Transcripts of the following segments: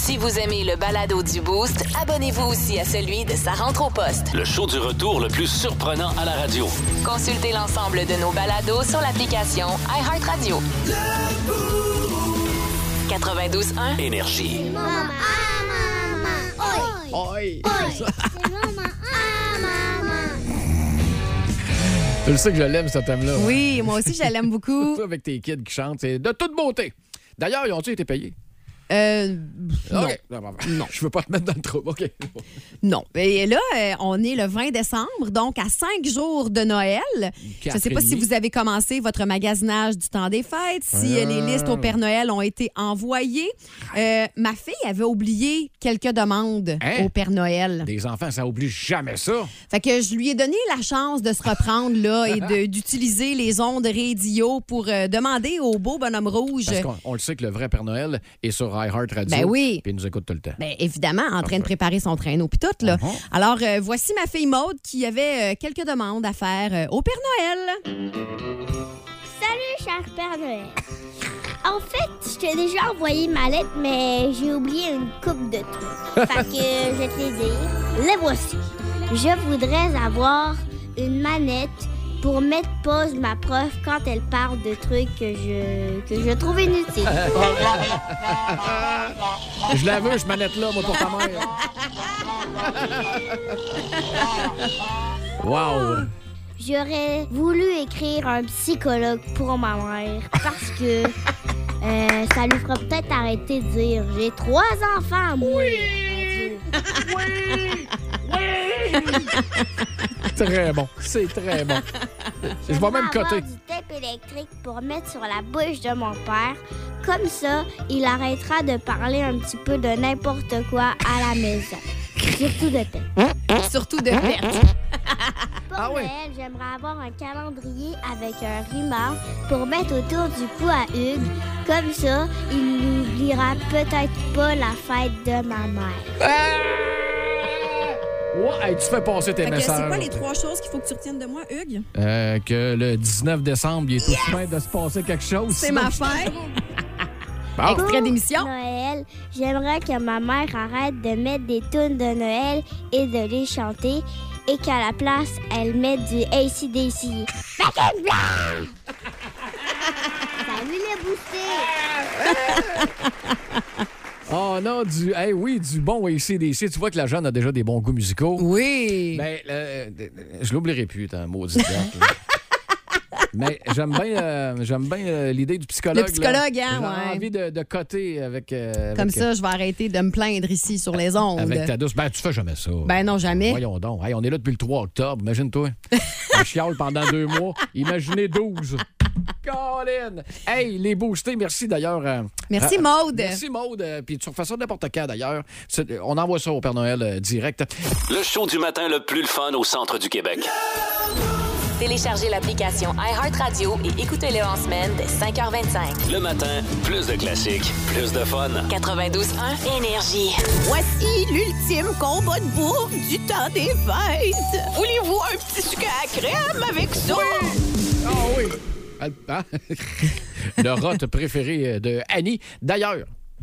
Si vous aimez le balado du Boost, abonnez-vous aussi à celui de Sa rentre au poste. Le show du retour le plus surprenant à la radio. Consultez l'ensemble de nos balados sur l'application iHeartRadio. 92.1 Énergie. Maman, maman, Oi! c'est maman, maman. Tu le sais que je l'aime, ce thème-là. Ouais. Oui, moi aussi, je l'aime beaucoup. Surtout avec tes kids qui chantent, c'est de toute beauté. D'ailleurs, ils ont-ils été payés? Non. OK. Non. Je veux pas te mettre dans le trouble. OK. Non. Et là, on est le 20 décembre, donc à 5 jours de Noël. Je ne sais pas si vous avez commencé votre magasinage du temps des fêtes, si les listes au Père Noël ont été envoyées. Ma fille avait oublié quelques demandes au Père Noël. Des enfants, ça oublie jamais ça. Fait que je lui ai donné la chance de se reprendre là et d'utiliser les ondes radio pour demander au beau bonhomme rouge. Parce qu'on le sait que le vrai Père Noël est sur iHeartRadio. Ben oui. Puis il nous écoute tout le temps. Bien, évidemment, en train de préparer son traîneau puis tout, là. Alors, voici ma fille Maude qui avait quelques demandes à faire au Père Noël. Salut, cher Père Noël. En fait, je t'ai déjà envoyé ma lettre, mais j'ai oublié une coupe de trucs. Fait que je vais te les dire. Les voici. Je voudrais avoir une manette pour mettre pause ma prof quand elle parle de trucs que je trouve inutiles. Je la veux, je manette-là, moi, pour ta mère. Wow! J'aurais voulu écrire un psychologue pour ma mère parce que ça lui fera peut-être arrêter de dire « J'ai 3 enfants, moi! » Très bon. C'est très bon. Je vais même coter. Du tape électrique pour mettre sur la bouche de mon père. Comme ça, il arrêtera de parler un petit peu de n'importe quoi à la maison. Surtout de pète. Surtout de perte. Pour Noël, j'aimerais avoir un calendrier avec un rumeur pour mettre autour du cou à Hugues. Comme ça, il n'oubliera peut-être pas la fête de ma mère. Ouais, tu fais passer tes messages. C'est quoi les 3 choses qu'il faut que tu retiennes de moi, Hugues? Que le 19 décembre, il est tout chemin de se passer quelque chose. C'est ma fête. Bon. Extrait d'émission. Noël, j'aimerais que ma mère arrête de mettre des tunes de Noël et de les chanter et qu'à la place, elle mette du AC/DC. Salut les boostés! Oh non, du bon AC/DC. Tu vois que la jeune a déjà des bons goûts musicaux. Oui. Ben, je l'oublierai plus, t'as un maudit gars. Mais j'aime bien l'idée du psychologue. Le psychologue, là. hein, J'ai ouais. envie de coter avec... Comme ça, je vais arrêter de me plaindre ici sur les ondes. Avec ta douce. Ben, tu fais jamais ça. Ben non, jamais. Voyons donc. Hey, on est là depuis le 3 octobre. Imagine-toi. On chiale pendant 2 mois. Imaginez 12. Colin! Hey, les boostés, merci d'ailleurs. Merci, Maude. Merci, Maude. Puis tu refais ça n'importe quand, d'ailleurs. On envoie ça au Père Noël direct. Le show du matin le plus le fun au centre du Québec. Téléchargez l'application iHeartRadio et écoutez-le en semaine dès 5h25. Le matin, plus de classiques, plus de fun. 92.1 Énergie. Voici l'ultime combat de bouffe du temps des fêtes. Voulez-vous un petit sucre à crème avec ça? Ah oui! Hein? Le rot préféré de Annie. D'ailleurs,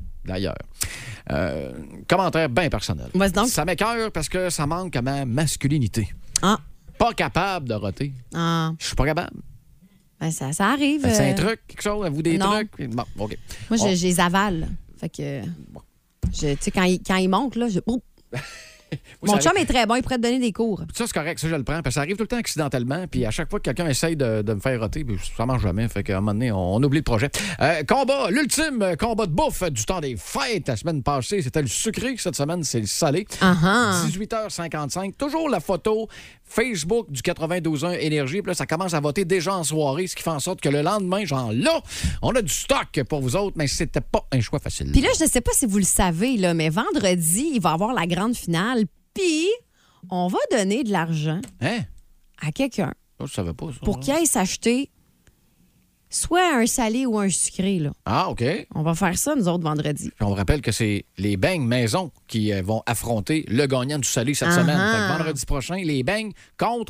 commentaire bien personnel. Vas-y donc. Ça m'écoeure parce que ça manque à ma masculinité. Ah. Pas capable de roter. Ah. Je suis pas capable. Ben, ça arrive. C'est un truc, quelque chose? Avez-vous des non. trucs? Bon, OK. Moi, je les avale. Fait que... Tu sais, quand il monte, là, mon chum est très bon, il pourrait te donner des cours. Ça, c'est correct, ça, je le prends. Parce que ça arrive tout le temps accidentellement. Puis à chaque fois que quelqu'un essaye de me faire roter, ça marche jamais. Fait qu'à un moment donné, on oublie le projet. L'ultime combat de bouffe du temps des fêtes. La semaine passée, c'était le sucré. Cette semaine, c'est le salé. 18h55. Toujours la photo Facebook du 92.1 Énergie. Puis là, ça commence à voter déjà en soirée, ce qui fait en sorte que le lendemain, genre là, on a du stock pour vous autres, mais c'était pas un choix facile. Puis là, je ne sais pas si vous le savez, là, mais vendredi, il va y avoir la grande finale. Puis, on va donner de l'argent à quelqu'un je savais pas ça. pour qu'il aille s'acheter soit un salé ou un sucré. Là. Ah, OK. On va faire ça, nous autres, vendredi. Puis on vous rappelle que c'est les beignes maison qui vont affronter le gagnant du salé cette semaine. Fait que vendredi prochain, les beignes contre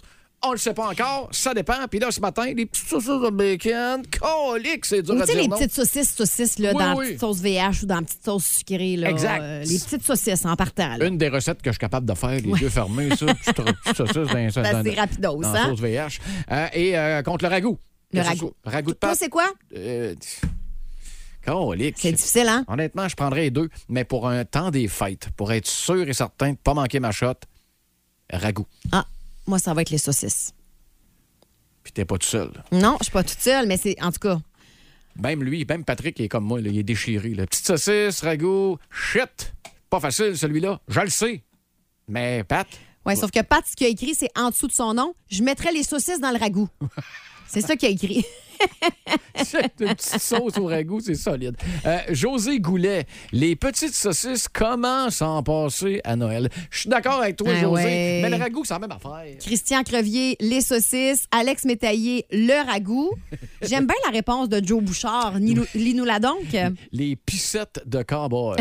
On le sait pas encore. Ça dépend. Puis là, ce matin, les petites saucisses de bacon, colique, c'est dur Ou à tu sais, dire les non. petites saucisses là, Oui, dans la oui. petite sauce VH ou dans la petite sauce sucrée. Là, Exact. Les petites saucisses en partant. Là. Une des recettes que je suis capable de faire, les yeux fermés, ça. Petite saucisse dans C'est rapidos, dans la hein? sauce VH. Et contre le ragoût. Le Que ce ragoût. soit ragoût de Toi, pâte. c'est quoi? Colique. C'est difficile, hein? Honnêtement, je prendrais les deux, mais pour un temps des fêtes, pour être sûr et certain de ne pas manquer ma shot, ragoût. Ah, moi, ça va être les saucisses. Puis t'es pas tout seul. Non, je suis pas toute seule, mais c'est en tout cas. Même lui, même Patrick, il est comme moi, là, il est déchiré. Là. Petite saucisse, ragoût, shit! Pas facile, celui-là. Je le sais. Mais Pat... Ouais, sauf que Pat, ce qu'il a écrit, c'est en dessous de son nom. Je mettrais les saucisses dans le ragoût. C'est ça qu'il a écrit. Une petite sauce au ragoût, c'est solide. José Goulet, les petites saucisses commencent à en passer à Noël. Je suis d'accord avec toi, Ah José, ouais. mais le ragoût, c'est la même affaire. Christian Crevier, les saucisses. Alex Métaillé, le ragoût. J'aime bien la réponse de Joe Bouchard. Lis-nous la donc. Les pissettes de cowboy.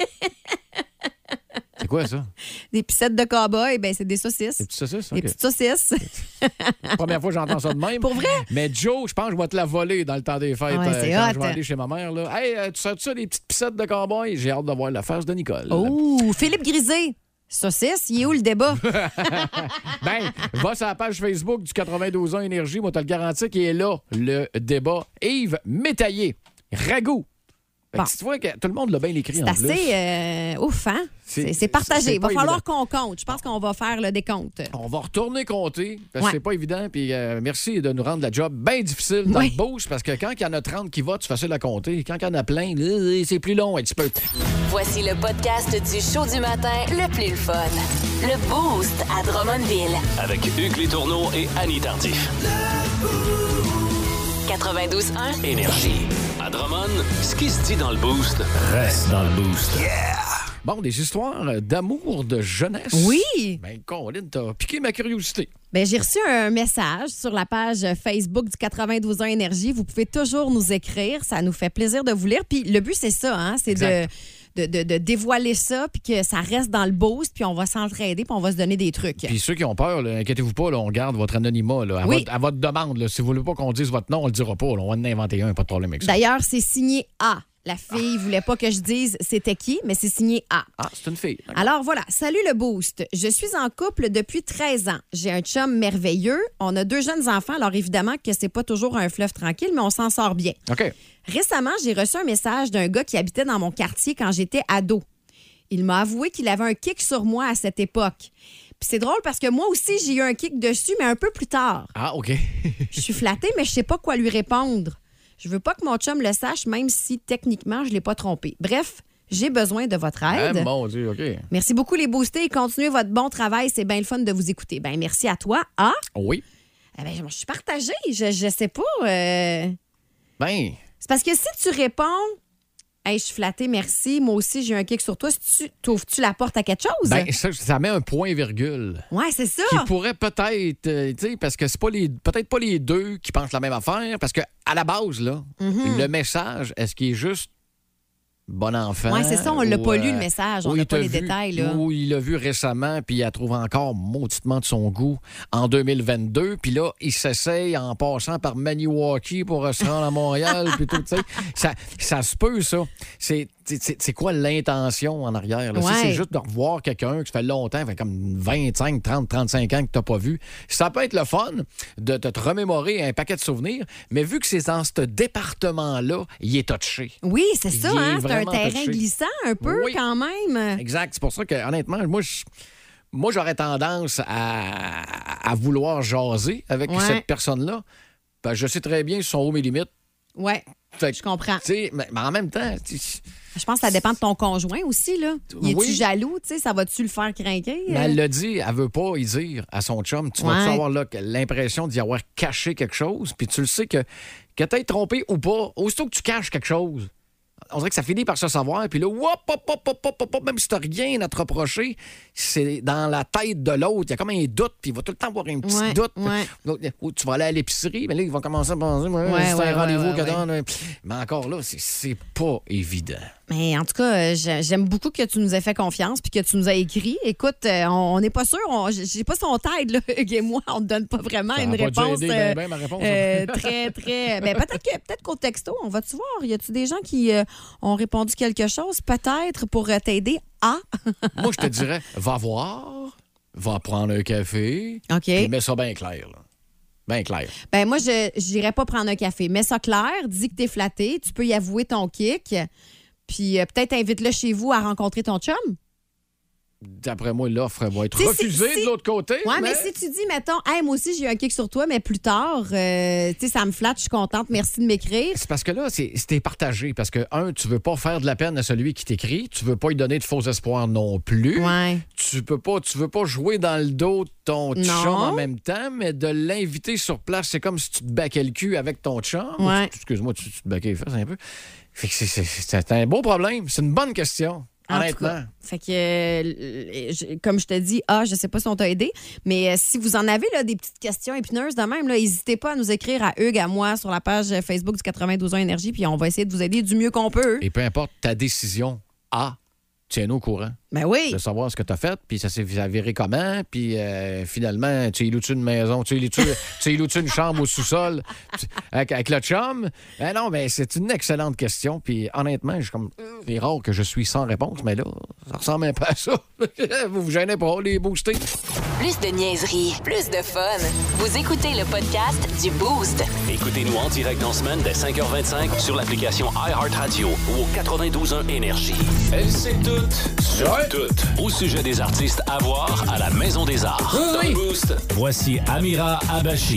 C'est quoi ça? Des pissettes de cow-boy, ben c'est des saucisses. Des petites saucisses? Des OK. petites saucisses. Première fois que j'entends ça de même. Pour vrai? Mais Joe, je pense que je vais te la voler dans le temps des fêtes. Ouais, c'est quand hot. je vais aller chez ma mère. Là. Hey, tu sais ça, les petites pissettes de cowboy? J'ai hâte de voir la face de Nicole. Oh, Philippe Grisé. Saucisse, il est où le débat? Ben, va sur la page Facebook du 92 ans Énergie. Moi, te le garantis qu'il est là, le débat. Yves Métaillé, ragoût. Bon. Tu vois que tout le monde l'a bien écrit C'est en plus. assez ouf, hein? C'est- C'est partagé. c'est Il va pas falloir évident. qu'on compte. Je pense qu'on va faire le décompte. On va retourner compter parce que Ouais. c'est pas évident. Puis merci de nous rendre la job bien difficile dans Oui. le boost parce que quand il y en a 30 qui votent, c'est facile à compter. Quand il y en a plein, là, c'est plus long un petit peu. Voici le podcast du show du matin le plus le fun. Le Boost à Drummondville. Avec Hugues Létourneau et Annie Tardif. 92.1. Énergie. À Drummond, ce qui se dit dans le boost reste dans le boost. Bon, des histoires d'amour de jeunesse. Oui! Ben, Colin, t'as piqué ma curiosité. Ben, j'ai reçu un message sur la page Facebook du 92 ans Énergie. Vous pouvez toujours nous écrire. Ça nous fait plaisir de vous lire. Puis le but, c'est ça, hein? C'est Exact. de dévoiler ça, puis que ça reste dans le boost, puis on va s'entraider, puis on va se donner des trucs. Puis ceux qui ont peur, là, inquiétez-vous pas, là, on garde votre anonymat là, Oui. à votre demande. Là. Si vous voulez pas qu'on dise votre nom, on le dira pas. Là. On va en inventer un, pas de problème avec ça. D'ailleurs, c'est signé A. La fille voulait pas que je dise c'était qui, mais c'est signé A. Ah, c'est une fille. Alors voilà, salut le boost. Je suis en couple depuis 13 ans. J'ai un chum merveilleux. On a 2 jeunes enfants, alors évidemment que c'est pas toujours un fleuve tranquille, mais on s'en sort bien. OK. Récemment, j'ai reçu un message d'un gars qui habitait dans mon quartier quand j'étais ado. Il m'a avoué qu'il avait un kick sur moi à cette époque. Puis c'est drôle parce que moi aussi, j'ai eu un kick dessus, mais un peu plus tard. Ah, OK. Je suis flattée, mais je sais pas quoi lui répondre. Je veux pas que mon chum le sache, même si techniquement, je l'ai pas trompé. Bref, j'ai besoin de votre Ah, aide. mon Dieu, OK. Merci beaucoup, les boostés, et continuez votre bon travail. C'est bien le fun de vous écouter. Ben merci à toi. Ah, Oui. eh ben, je suis partagée. Je sais pas. Ben, C'est parce que si tu réponds, hey, je suis flattée, merci. Moi aussi, j'ai un kick sur toi. Si t'ouvres-tu la porte à quelque chose? ben ça met un point-virgule. Ouais, c'est ça. Qui pourrait peut-être, tu sais, parce que c'est pas peut-être pas les deux qui pensent la même affaire, parce que à la base, là, le message, est-ce qu'il est juste bon enfant? Ouais, c'est ça, on l'a ou, pas lu, le message. On ou n'a il pas t'a les vu- détails, là. Ou il l'a vu récemment, puis il la trouve encore mauditement de son goût en 2022, puis là, il s'essaye en passant par Maniwaki pour se rendre à Montréal, puis tout, tu sais. Ça se peut, ça. C'est quoi l'intention en arrière? Là? Ouais. Si c'est juste de revoir quelqu'un que ça fait longtemps, fait comme 25, 30, 35 ans que tu n'as pas vu, ça peut être le fun de te remémorer un paquet de souvenirs, mais vu que c'est dans ce département-là, il est touché. Oui, c'est ça, Il est hein? C'est un vraiment terrain touché. glissant un peu Oui. quand même. Exact. C'est pour ça que, honnêtement, moi j'aurais tendance à vouloir jaser avec Ouais. cette personne-là. Ben, je sais très bien sont où mes limites. Ouais, Fait que, je comprends. tu sais, mais en même temps, Je pense que ça dépend de ton conjoint aussi, là. Il est-tu Oui. jaloux, tu sais? Ça va-tu le faire craquer? mais elle l'a dit, elle veut pas y dire à son chum. Tu vas Ouais. avoir là, l'impression d'y avoir caché quelque chose, puis tu le sais que t'as été trompé ou pas, aussitôt que tu caches quelque chose, on dirait que ça finit par se savoir. Puis là, même si tu n'as rien à te reprocher, c'est dans la tête de l'autre. Il y a comme un doute, puis il va tout le temps avoir un petit doute. Donc, tu vas aller à l'épicerie, mais là, il va commencer à penser c'est un rendez-vous que donne. Mais encore là, c'est pas évident. Mais en tout cas, j'aime beaucoup que tu nous aies fait confiance puis que tu nous as écrit. Écoute, on n'est pas sûr. J'ai pas son tête, là, Hugues et moi. On ne donne pas vraiment une réponse. Ma réponse. Très, très. Ben, peut-être qu'au texto, on va-tu voir? Y a-tu des gens qui ont répondu quelque chose, peut-être, pour t'aider à? Moi, je te dirais, va voir, va prendre un café. OK. Puis mets ça bien clair, là. Bien clair. Ben, moi, je n'irais pas prendre un café. Mets ça clair, dis que t'es flatté, tu peux y avouer ton kick. Puis peut-être invite-le chez vous à rencontrer ton chum. D'après moi, l'offre va être refusée de l'autre côté. Oui, mais si tu dis, mettons, hey, moi aussi, j'ai eu un kick sur toi, mais plus tard, ça me flatte, je suis contente, merci de m'écrire. C'est parce que là, c'était partagé. Parce que, tu veux pas faire de la peine à celui qui t'écrit. Tu veux pas lui donner de faux espoirs non plus. Ouais. Tu veux pas jouer dans le dos de ton chum en même temps, mais de l'inviter sur place, c'est comme si tu te baquais le cul avec ton chum. Ouais. Excuse-moi, tu te baquais les fesses un peu. Fait que c'est un beau problème. C'est une bonne question. Honnêtement. Fait que, comme je te dis, je sais pas si on t'a aidé, mais si vous en avez là, des petites questions épineuses de même, n'hésitez pas à nous écrire à Hugues, à moi, sur la page Facebook du 92 ans Énergie, puis on va essayer de vous aider du mieux qu'on peut. Et peu importe ta décision, tiens-nous au courant. Ben oui. De savoir ce que tu as fait, puis ça s'est avéré comment, puis finalement, tu loues-tu une maison, tu loues-tu une chambre au sous-sol avec le chum? Ben non, mais c'est une excellente question, puis honnêtement, c'est rare que je suis sans réponse, mais là, ça ressemble un peu à ça. Vous vous gênez pas, les boostés. Plus de niaiserie, plus de fun. Vous écoutez le podcast du Boost. Écoutez-nous en direct en semaine dès 5h25 sur l'application iHeartRadio ou au 92.1 Énergie. Elle sait tout sur tout. Au sujet des artistes à voir à la Maison des Arts. Dans le Boost, voici Amira Abachi.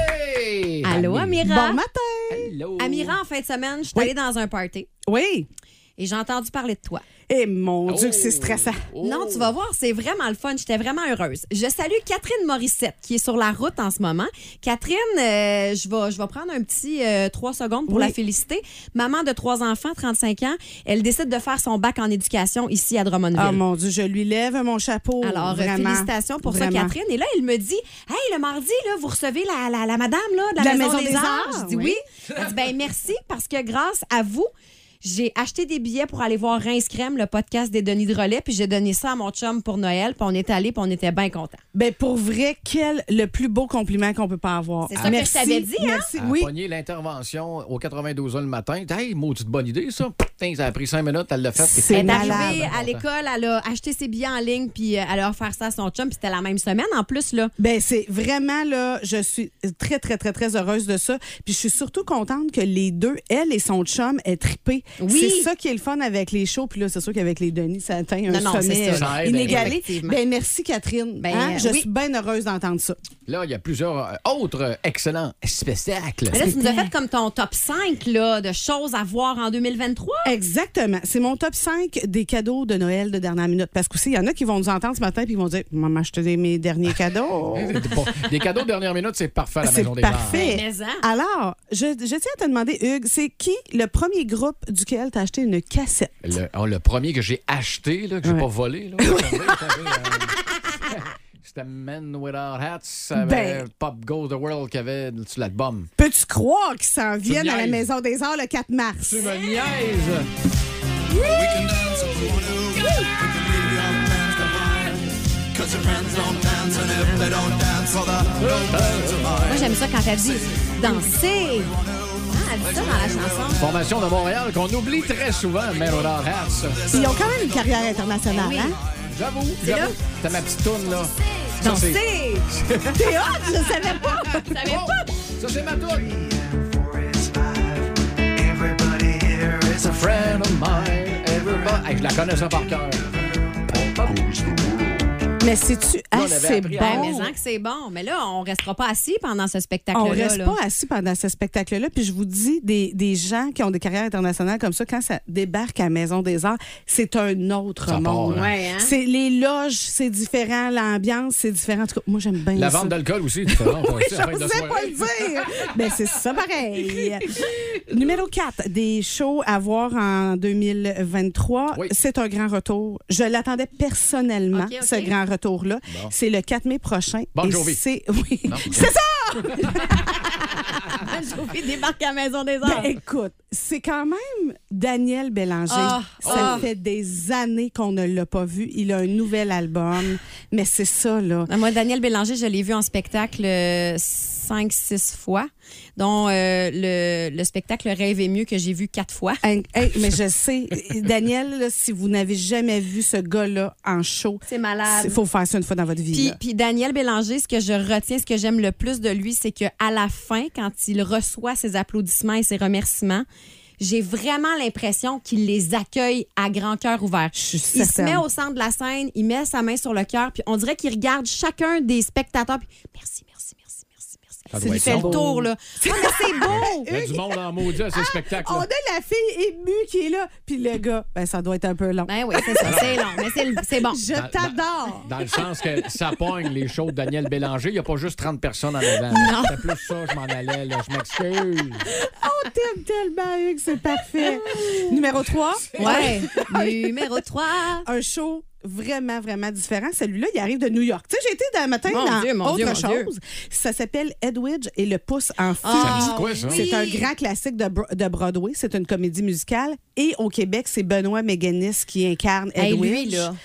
Hey! Allô, Amira? Bon matin! Hello! Amira, en fin de semaine, je suis allée dans un party Oui. et j'ai entendu parler de toi. Eh mon Dieu, que c'est stressant. Non, tu vas voir, c'est vraiment le fun. J'étais vraiment heureuse. Je salue Catherine Morissette, qui est sur la route en ce moment. Catherine, je vais prendre un petit 3 secondes pour la féliciter. Maman de 3 enfants, 35 ans. Elle décide de faire son bac en éducation ici à Drummondville. Oh mon Dieu, je lui lève mon chapeau. Alors, félicitations pour ça, Catherine. Et là, elle me dit, hey, le mardi, là, vous recevez la madame là, de la Maison des Arts. Je dis oui. Elle dit, ben merci, parce que grâce à vous, j'ai acheté des billets pour aller voir Rince Crème, le podcast des Denis Drolet, puis j'ai donné ça à mon chum pour Noël, puis on est allé, puis on était bien contents. Ben pour vrai, le plus beau compliment qu'on peut pas avoir. C'est ça que je t'avais dit, hein? Merci. Elle a pogné l'intervention au 92 ans le matin. Hey, maudite bonne idée, ça. Putain, ça a pris 5 minutes, elle l'a fait. Elle est arrivée à l'école, elle a acheté ses billets en ligne, puis elle a offert ça à son chum, puis c'était la même semaine en plus, là. Ben c'est vraiment, là, je suis très, très, très, très heureuse de ça. Puis je suis surtout contente que les deux, elle et son chum, aient trippé. Oui. C'est ça qui est le fun avec les shows. Puis là, c'est sûr qu'avec les Denis, ça atteint un sommet inégalé. Ben merci, Catherine. Je suis bien heureuse d'entendre ça. Là, il y a plusieurs autres excellents spectacles. Mais là, tu nous as fait comme ton top 5 là, de choses à voir en 2023. Exactement. C'est mon top 5 des cadeaux de Noël de dernière minute. Parce qu'aussi, il y en a qui vont nous entendre ce matin et qui vont dire « Maman, je te donne mes derniers cadeaux. » Des cadeaux de dernière minute, c'est parfait à la Maison des Arts. C'est parfait. Alors, je tiens à te demander, Hugues, c'est qui le premier groupe duquel tu as acheté une cassette? Le premier que j'ai acheté, là, que j'ai pas volé. Là, c'était Men Without Hats, Pop Goes the World qui avait sur l'album. Peux-tu croire qu'ils s'en viennent à la Maison des Arts le 4 mars? Tu me niaises! Moi, j'aime ça quand elle dit danser. Elle dit ça dans la chanson. Formation de Montréal qu'on oublie très souvent, Men Without Hats. Ils ont quand même une carrière internationale, oui. hein? J'avoue. C'était ma petite toune, là. Danser! T'es hot, je savais pas! Ça, c'est ma toune. It's a friend of mine. Everybody. Hey, je la connais ça par cœur. Mais c'est-tu assez bon? Mais que c'est bon. Mais là, on restera pas assis pendant ce spectacle-là. On reste pas assis pendant ce spectacle-là. Puis je vous dis, des gens qui ont des carrières internationales comme ça, quand ça débarque à la Maison des Arts, c'est un autre monde. Part, hein? C'est les loges, c'est différent. L'ambiance, c'est différent. En tout cas, moi, j'aime bien ça. La vente d'alcool aussi est différente. Oui, je ne sais pas le dire. Mais c'est ça pareil. Numéro 4, des shows à voir en 2023. Oui. C'est un grand retour. Je l'attendais personnellement, ce grand retour-là. Bon. C'est le 4 mai prochain. Bon Jovi. C'est ça! Jovi débarque à la Maison des Arts. Ben, écoute, c'est quand même Daniel Bélanger. Ça fait des années qu'on ne l'a pas vu. Il a un nouvel album. Mais c'est ça, là. Moi, Daniel Bélanger, je l'ai vu en spectacle 5-6 fois, dont le spectacle Rêve est mieux que j'ai vu 4 fois. Mais je sais, Daniel, là, si vous n'avez jamais vu ce gars-là en show, c'est malade. Il faut faire ça une fois dans votre vie. Puis Daniel Bélanger, ce que je retiens, ce que j'aime le plus de lui, c'est qu'à la fin, quand il reçoit ses applaudissements et ses remerciements, j'ai vraiment l'impression qu'il les accueille à grand cœur ouvert. Il se met au centre de la scène, il met sa main sur le cœur, puis on dirait qu'il regarde chacun des spectateurs, puis merci. Il fait le tour, là. Mais c'est beau! Il y a du monde en maudit à ce spectacle. On a la fille émue qui est là, puis le gars, ça doit être un peu long. Ben oui, c'est ça, c'est long, mais c'est bon. Je t'adore! Dans le sens que ça pogne les shows de Daniel Bélanger, il n'y a pas juste 30 personnes en avant. C'est plus ça, je m'en allais, là. Je m'excuse. On t'aime tellement, Hugues, c'est parfait. Numéro 3. Ouais. Numéro 3. Un show vraiment, vraiment différent. Celui-là, il arrive de New York. Tu sais, j'ai été d'un matin dans autre chose. Ça s'appelle Edwidge et le pouce en feu. C'est quoi, ça? C'est un grand classique de Broadway. C'est une comédie musicale. Et au Québec, c'est Benoît Méganis qui incarne Edwidge. Lui, là.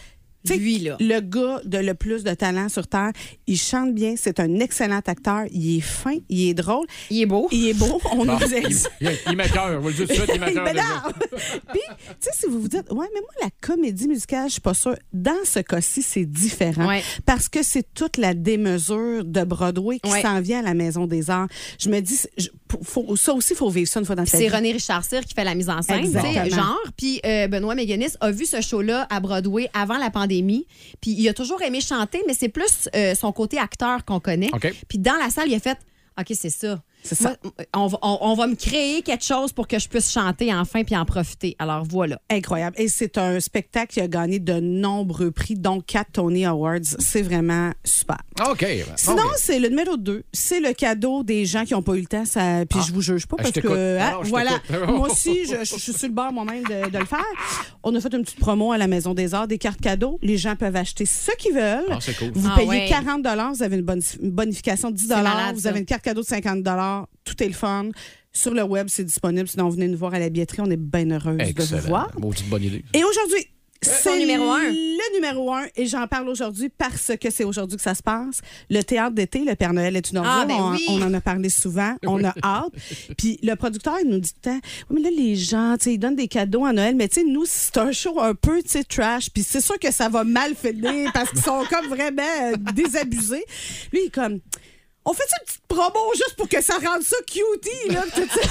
Le gars de le plus de talent sur Terre, il chante bien, c'est un excellent acteur, il est fin, il est drôle. Il est beau. On nous a dit. Il m'écoeure, on va le dire tout de suite, il m'écoeure. Puis, tu sais, si vous vous dites, ouais, mais moi, la comédie musicale, je suis pas sûre. Dans ce cas-ci, c'est différent. Ouais. Parce que c'est toute la démesure de Broadway qui s'en vient à la Maison des Arts. Je me dis, ça aussi, il faut vivre ça une fois dans sa vie. C'est René Richard Cyr qui fait la mise en scène, genre. Puis Benoît Méganis a vu ce show-là à Broadway avant la pandémie. Puis il a toujours aimé chanter, mais c'est plus son côté acteur qu'on connaît. Puis dans la salle, il a fait « OK, c'est ça. C'est ça. Moi, on va me créer quelque chose pour que je puisse chanter enfin puis en profiter. » Alors voilà. Incroyable. Et c'est un spectacle qui a gagné de nombreux prix, dont 4 Tony Awards. C'est vraiment super. OK. Sinon, c'est le numéro 2. C'est le cadeau des gens qui n'ont pas eu le temps. Puis je vous juge pas parce que... voilà. Moi aussi, je suis sur le bord moi-même de le faire. On a fait une petite promo à la Maison des Arts, des cartes cadeaux. Les gens peuvent acheter ce qu'ils veulent. C'est cool. Vous payez 40 $, vous avez une bonification de 10 $. Vous avez une carte cadeau de 50 $. Tout est le fun. Sur le web, c'est disponible. Sinon, venez nous voir à la billetterie. On est bien heureuse de vous voir. Maudite bonne idée. Et aujourd'hui, c'est numéro 1. Le numéro 1. Et j'en parle aujourd'hui parce que c'est aujourd'hui que ça se passe. Le théâtre d'été, le Père Noël est une ordure. On en a parlé souvent. On a hâte. Puis le producteur, il nous dit tout le temps, oui, mais là, les gens, ils donnent des cadeaux à Noël. Mais tu sais, nous, c'est un show un peu trash. Puis c'est sûr que ça va mal finir parce qu'ils sont comme vraiment désabusés. Lui, il est comme... On fait une petite promo juste pour que ça rende ça cutie, là.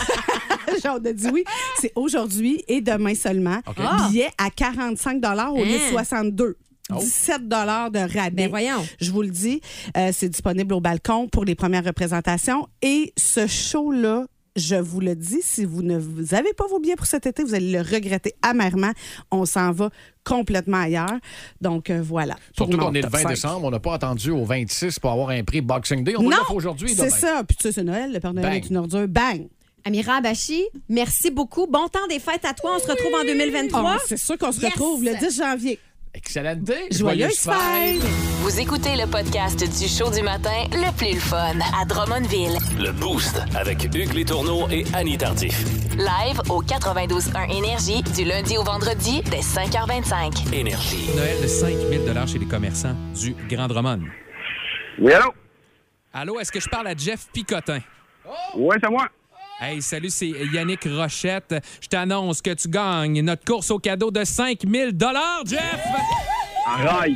Genre, on a dit oui. C'est aujourd'hui et demain seulement. Billet à 45 $ au lieu de 62. 17 $ de rabais. Ben voyons. Je vous le dis, c'est disponible au balcon pour les premières représentations. Et ce show-là, je vous le dis, si vous n'avez pas vos billets pour cet été, vous allez le regretter amèrement. On s'en va complètement ailleurs. Donc, voilà. Surtout qu'on est le 20 décembre, on n'a pas attendu au 26 pour avoir un prix Boxing Day. On va le faire aujourd'hui. C'est ça. Puis tu sais, c'est Noël. Le Père Noël est une ordure. Bang! Amira Abachi, merci beaucoup. Bon temps des fêtes à toi. On se retrouve en 2023. C'est sûr qu'on se retrouve le 10 janvier. Excellente idée. Joyeuse fête! Vous écoutez le podcast du show du matin le plus le fun à Drummondville. Le Boost avec Hugues Létourneau et Annie Tardif. Live au 92.1 Énergie du lundi au vendredi dès 5h25. Énergie. Noël de 5 000 $ chez les commerçants du Grand Drummond. Oui, allô? Allô, est-ce que je parle à Jeff Picotin? Oui, c'est moi. Hey, salut, c'est Yannick Rochette. Je t'annonce que tu gagnes notre course au cadeau de 5 000 $, Jeff! Arrête!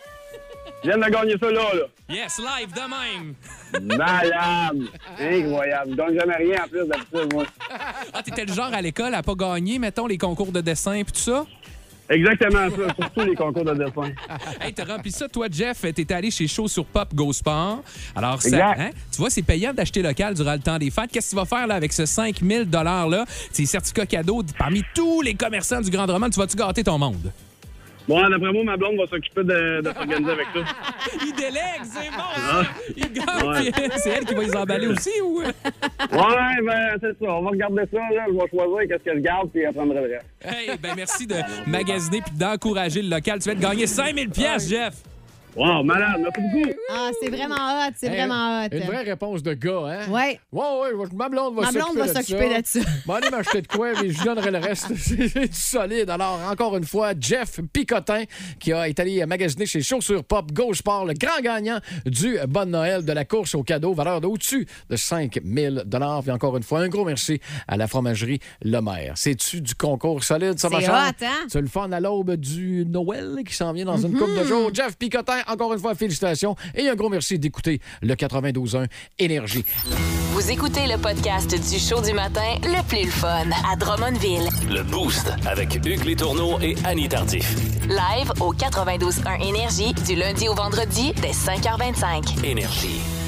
Je viens de gagner ça là. Yes, live de même! Malade! Incroyable. Je donne jamais rien en plus d'habitude, moi. Ah, t'étais le genre à l'école à pas gagner, mettons, les concours de dessin et tout ça? Exactement ça, surtout les concours de dessin. Hey, t'as rempli ça, toi, Jeff. T'es allé chez Show sur Pop Go Sport. Alors, ça, hein, tu vois, c'est payant d'acheter local durant le temps des fêtes. Qu'est-ce que tu vas faire là, avec ce 5 000 $-là? C'est certificat cadeau parmi tous les commerçants du Grand Drummond. Tu vas-tu gâter ton monde? Bon, d'après moi, ma blonde va s'occuper de s'organiser avec ça. Il délègue, c'est bon! Il gagne. Ouais. C'est elle qui va les emballer aussi, ou? Ouais, ben, c'est ça. On va regarder ça, là. Je vais choisir qu'est-ce que je garde, puis elle prendra le reste. Hey, ben, merci de magasiner puis d'encourager le local. Tu vas te gagner 5 000 $, Jeff! Wow, malade, merci beaucoup. Ah, c'est vraiment hot, c'est vraiment hot. Une vraie réponse de gars, hein? Oui. Ouais, ma blonde va s'occuper de ça. Bon, allez m'acheter de quoi, mais je donnerai le reste. C'est du solide. Alors, encore une fois, Jeff Picotin, qui est allé magasiner chez Chaussures Pop Go Sport, le grand gagnant du Bon Noël de la course au cadeau, valeur d'au-dessus de 5 000 $. Puis encore une fois, un gros merci à la fromagerie Le Maire. C'est-tu du concours solide, ça, ma chère? C'est hot, hein? C'est le fun à l'aube du Noël qui s'en vient dans une couple de jours. Jeff Picotin, encore une fois, félicitations. Et un gros merci d'écouter le 92.1 Énergie. Vous écoutez le podcast du show du matin le plus le fun à Drummondville. Le Boost avec Hugues Létourneau et Annie Tardif. Live au 92.1 Énergie du lundi au vendredi dès 5h25. Énergie.